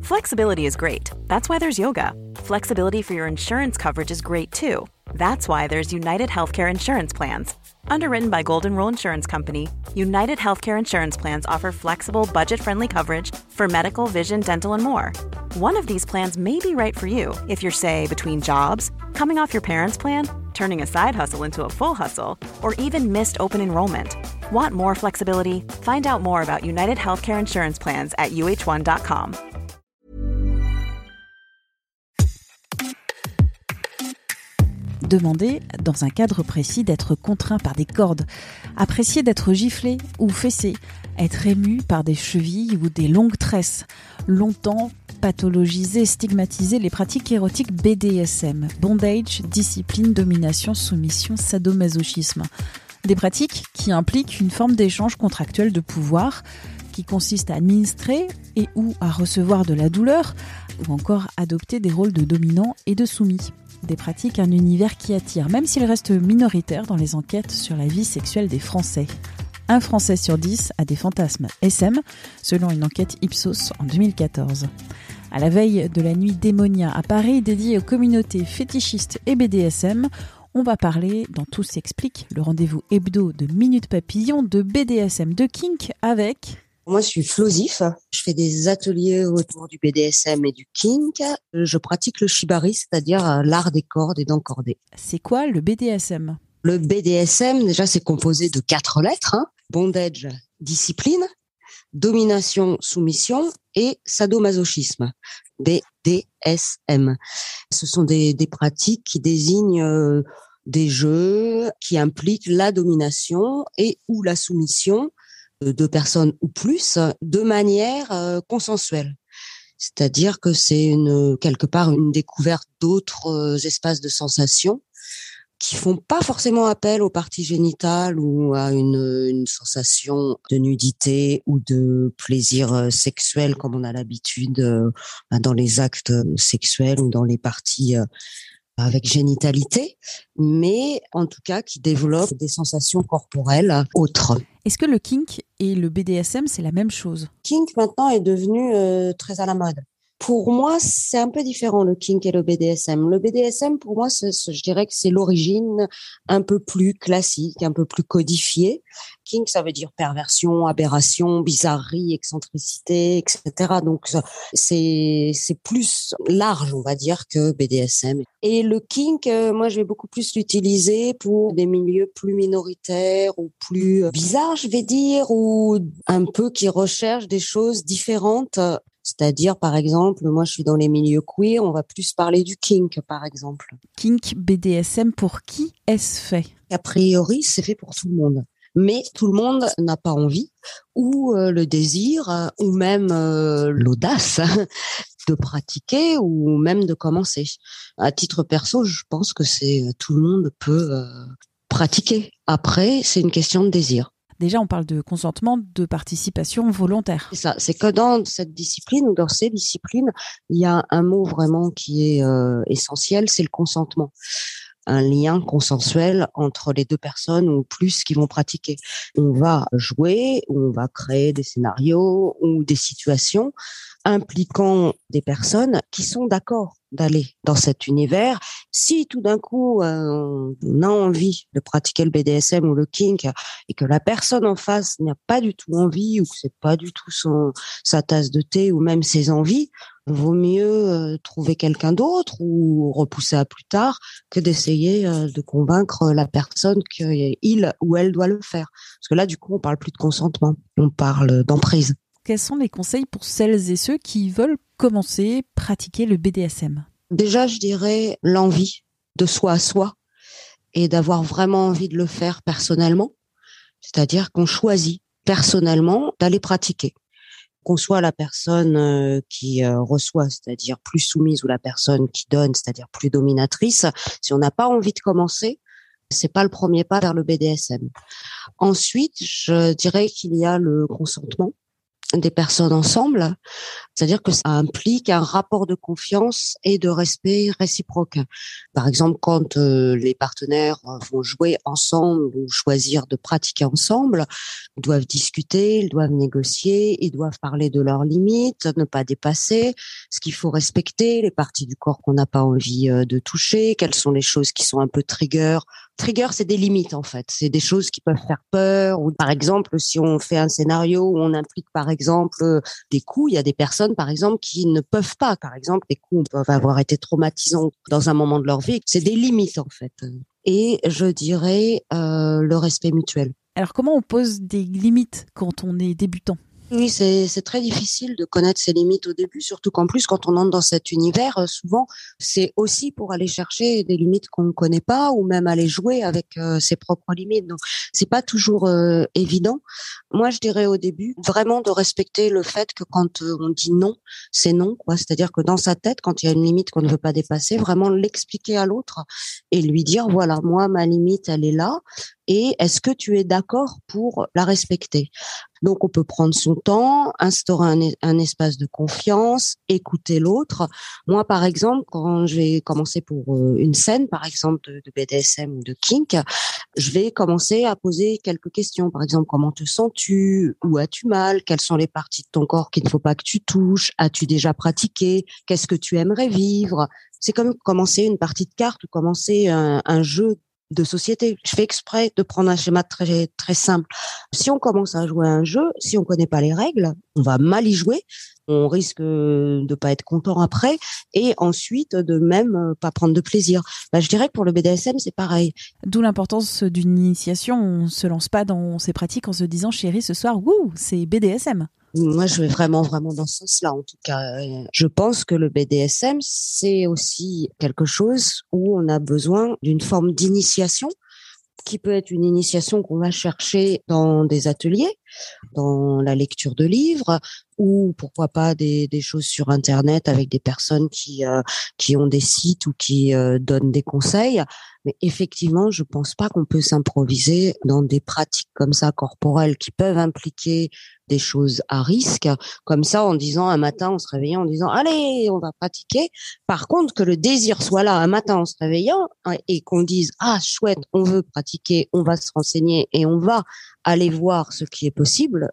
Flexibility is great. That's why there's yoga. Flexibility for your insurance coverage is great too. That's why there's United Healthcare Insurance Plans. Underwritten by Golden Rule Insurance Company, United Healthcare Insurance Plans offer flexible, budget-friendly coverage for medical, vision, dental, and more. One of these plans may be right for you if you're, say, between jobs, coming off your parents' plan, turning a side hustle into a full hustle, or even missed open enrollment. Want more flexibility? Find out more about United Healthcare Insurance Plans at uh1.com. Demander, dans un cadre précis, d'être contraint par des cordes, apprécier d'être giflé ou fessé, être ému par des chevilles ou des longues tresses, longtemps pathologiser, stigmatiser les pratiques érotiques BDSM, bondage, discipline, domination, soumission, sadomasochisme. Des pratiques qui impliquent une forme d'échange contractuel de pouvoir, qui consiste à administrer et ou à recevoir de la douleur, ou encore adopter des rôles de dominant et de soumis. Des pratiques, un univers qui attire, même s'il reste minoritaire dans les enquêtes sur la vie sexuelle des Français. Un Français sur 10 a des fantasmes SM, selon une enquête Ipsos en 2014. À la veille de la nuit Démonia à Paris, dédiée aux communautés fétichistes et BDSM, on va parler, dans Tout s'explique, le rendez-vous hebdo de Minute Papillon, de BDSM, de kink avec... Moi, je suis Flosif. Je fais des ateliers autour du BDSM et du kink. Je pratique le shibari, c'est-à-dire l'art des cordes et d'encorder. C'est quoi le BDSM ? Le BDSM, déjà, c'est composé de 4 lettres. Bondage, discipline, domination, soumission et sadomasochisme. BDSM. Ce sont des pratiques qui désignent des jeux qui impliquent la domination et ou la soumission de 2 personnes ou plus de manière consensuelle. C'est-à-dire que c'est quelque part une découverte d'autres espaces de sensations qui font pas forcément appel aux parties génitales ou à une sensation de nudité ou de plaisir sexuel comme on a l'habitude dans les actes sexuels ou dans les parties avec génitalité, mais en tout cas qui développent des sensations corporelles autres. Est-ce que le kink et le BDSM, c'est la même chose ? Kink maintenant est devenu très à la mode. Pour moi, c'est un peu différent, le kink et le BDSM. Le BDSM, pour moi, je dirais que c'est l'origine un peu plus classique, un peu plus codifiée. Kink, ça veut dire perversion, aberration, bizarrerie, excentricité, etc. Donc, c'est plus large, on va dire, que BDSM. Et le kink, moi, je vais beaucoup plus l'utiliser pour des milieux plus minoritaires ou plus bizarres, je vais dire, ou un peu qui recherchent des choses différentes. C'est-à-dire, par exemple, moi, je suis dans les milieux queer, on va plus parler du kink, par exemple. Kink, BDSM, pour qui est-ce fait ? A priori, c'est fait pour tout le monde. Mais tout le monde n'a pas envie, ou le désir, ou même l'audace de pratiquer, ou même de commencer. À titre perso, je pense que tout le monde peut pratiquer. Après, c'est une question de désir. Déjà, on parle de consentement, de participation volontaire. C'est ça. C'est que dans cette discipline ou dans ces disciplines, il y a un mot vraiment qui est essentiel, c'est le consentement. Un lien consensuel entre les 2 personnes ou plus qui vont pratiquer. On va jouer, on va créer des scénarios ou des situations impliquant des personnes qui sont d'accord d'aller dans cet univers. Si tout d'un coup on a envie de pratiquer le BDSM ou le kink et que la personne en face n'a pas du tout envie ou que c'est pas du tout sa tasse de thé ou même ses envies, vaut mieux trouver quelqu'un d'autre ou repousser à plus tard que d'essayer de convaincre la personne qu'il ou elle doit le faire. Parce que là, du coup, on parle plus de consentement, on parle d'emprise. Quels sont les conseils pour celles et ceux qui veulent commencer, pratiquer le BDSM ? Déjà, je dirais l'envie de soi à soi et d'avoir vraiment envie de le faire personnellement. C'est-à-dire qu'on choisit personnellement d'aller pratiquer. Qu'on soit la personne qui reçoit, c'est-à-dire plus soumise, ou la personne qui donne, c'est-à-dire plus dominatrice, si on n'a pas envie de commencer, c'est pas le premier pas vers le BDSM. Ensuite, je dirais qu'il y a le consentement. des personnes ensemble. C'est-à-dire que ça implique un rapport de confiance et de respect réciproque. Par exemple, quand les partenaires vont jouer ensemble ou choisir de pratiquer ensemble, ils doivent discuter, ils doivent négocier, ils doivent parler de leurs limites, ne pas dépasser, ce qu'il faut respecter, les parties du corps qu'on n'a pas envie de toucher, quelles sont les choses qui sont un peu trigger. Trigger, c'est des limites en fait, c'est des choses qui peuvent faire peur. Ou par exemple, si on fait un scénario où on implique par exemple des coups, il y a des personnes par exemple qui ne peuvent pas. Par exemple, les coups peuvent avoir été traumatisants dans un moment de leur vie. C'est des limites en fait. Et je dirais le respect mutuel. Alors comment on pose des limites quand on est débutant ? Oui, c'est très difficile de connaître ses limites au début, surtout qu'en plus, quand on entre dans cet univers, souvent, c'est aussi pour aller chercher des limites qu'on ne connaît pas ou même aller jouer avec ses propres limites. Donc, c'est pas toujours évident. Moi, je dirais au début, vraiment de respecter le fait que quand on dit non, c'est non, quoi. C'est-à-dire que dans sa tête, quand il y a une limite qu'on ne veut pas dépasser, vraiment l'expliquer à l'autre et lui dire, voilà, moi, ma limite, elle est là. Et est-ce que tu es d'accord pour la respecter? Donc, on peut prendre son temps, instaurer un espace de confiance, écouter l'autre. Moi, par exemple, quand je vais commencer pour une scène, par exemple, de BDSM ou de kink, je vais commencer à poser quelques questions. Par exemple, comment te sens-tu? Où as-tu mal? Quelles sont les parties de ton corps qu'il ne faut pas que tu touches? As-tu déjà pratiqué? Qu'est-ce que tu aimerais vivre? C'est comme commencer une partie de cartes ou commencer un jeu de société. Je fais exprès de prendre un schéma très très simple. Si on commence à jouer à un jeu, si on connaît pas les règles, on va mal y jouer, on risque de pas être content après et ensuite de même pas prendre de plaisir. Je dirais que pour le BDSM, c'est pareil. D'où l'importance d'une initiation. On se lance pas dans ces pratiques en se disant chérie, ce soir, wouh, c'est BDSM. Moi, je vais vraiment dans ce sens-là. En tout cas, je pense que le BDSM, c'est aussi quelque chose où on a besoin d'une forme d'initiation qui peut être une initiation qu'on va chercher dans des ateliers, dans la lecture de livres, ou pourquoi pas des choses sur Internet avec des personnes qui ont des sites ou qui donnent des conseils. Mais effectivement, je pense pas qu'on peut s'improviser dans des pratiques comme ça corporelles qui peuvent impliquer des choses à risque, comme ça en disant un matin en se réveillant en disant allez, on va pratiquer. Par contre, que le désir soit là un matin en se réveillant et qu'on dise ah chouette, on veut pratiquer, on va se renseigner et on va aller voir ce qui est possible,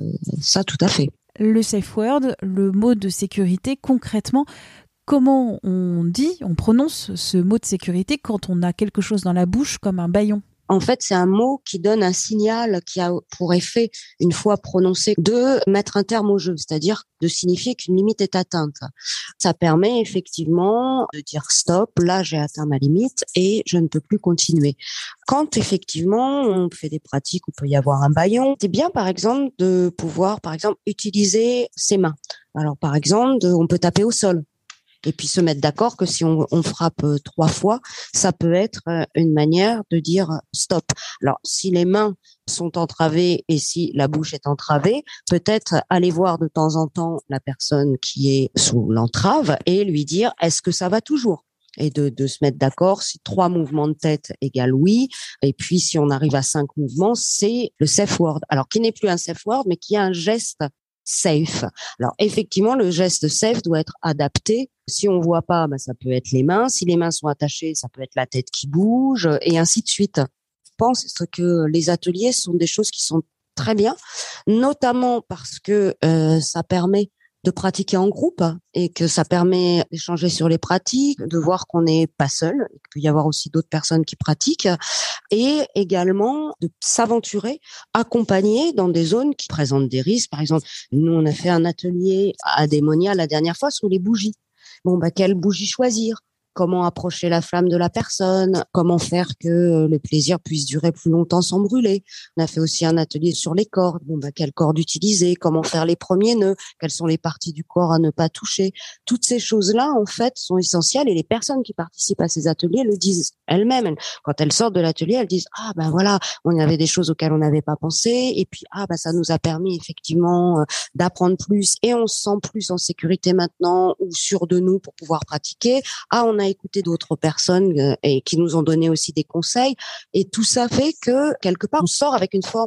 ça tout à fait. Le safe word, le mot de sécurité, concrètement, comment on prononce ce mot de sécurité quand on a quelque chose dans la bouche comme un bâillon? En fait, c'est un mot qui donne un signal qui a pour effet, une fois prononcé, de mettre un terme au jeu, c'est-à-dire de signifier qu'une limite est atteinte. Ça permet effectivement de dire stop, là j'ai atteint ma limite et je ne peux plus continuer. Quand effectivement on fait des pratiques où il peut y avoir un bâillon, c'est bien par exemple de pouvoir utiliser ses mains. Alors par exemple, on peut taper au sol. Et puis se mettre d'accord que si on frappe 3 fois, ça peut être une manière de dire stop. Alors, si les mains sont entravées et si la bouche est entravée, peut-être aller voir de temps en temps la personne qui est sous l'entrave et lui dire est-ce que ça va toujours? Et de se mettre d'accord, si 3 mouvements de tête égale oui, et puis si on arrive à 5 mouvements, c'est le safe word. Alors, qui n'est plus un safe word, mais qui est un geste safe. Alors effectivement, le geste safe doit être adapté. Si on voit pas, ça peut être les mains. Si les mains sont attachées, ça peut être la tête qui bouge et ainsi de suite. Je pense que les ateliers sont des choses qui sont très bien, notamment parce que ça permet de pratiquer en groupe et que ça permet d'échanger sur les pratiques, de voir qu'on n'est pas seul, qu'il peut y avoir aussi d'autres personnes qui pratiquent et également de s'aventurer, accompagner dans des zones qui présentent des risques. Par exemple, nous, on a fait un atelier à Démonia la dernière fois sur les bougies. Quelle bougie choisir? Comment approcher la flamme de la personne, comment faire que le plaisir puisse durer plus longtemps sans brûler. On a fait aussi un atelier sur les cordes. Quelle corde utiliser, comment faire les premiers nœuds, quelles sont les parties du corps à ne pas toucher. Toutes ces choses-là, en fait, sont essentielles et les personnes qui participent à ces ateliers le disent elles-mêmes. Quand elles sortent de l'atelier, elles disent « Ah voilà, on y avait des choses auxquelles on n'avait pas pensé et puis ça nous a permis effectivement d'apprendre plus et on se sent plus en sécurité maintenant ou sûr de nous pour pouvoir pratiquer. On a écouté d'autres personnes et qui nous ont donné aussi des conseils et tout ça fait que quelque part on sort avec une forme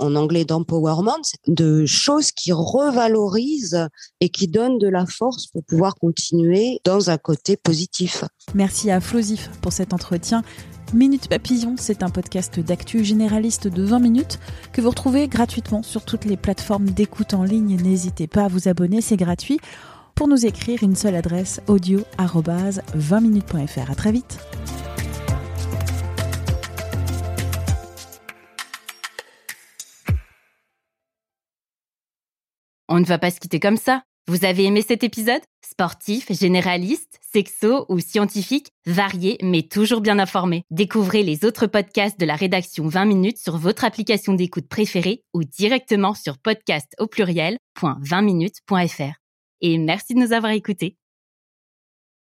en anglais d'empowerment, de choses qui revalorisent et qui donnent de la force pour pouvoir continuer dans un côté positif. Merci à Flosif pour cet entretien. Minute Papillon, c'est un podcast d'actu généraliste de 20 minutes que vous retrouvez gratuitement sur toutes les plateformes d'écoute en ligne. N'hésitez pas à vous abonner, c'est gratuit. Pour nous écrire, une seule adresse, audio@20minutes.fr. À très vite. On ne va pas se quitter comme ça. Vous avez aimé cet épisode ? Sportif, généraliste, sexo ou scientifique, varié mais toujours bien informé. Découvrez les autres podcasts de la rédaction 20 minutes sur votre application d'écoute préférée ou directement sur podcast@20minutes.fr. Et merci de nous avoir écoutés.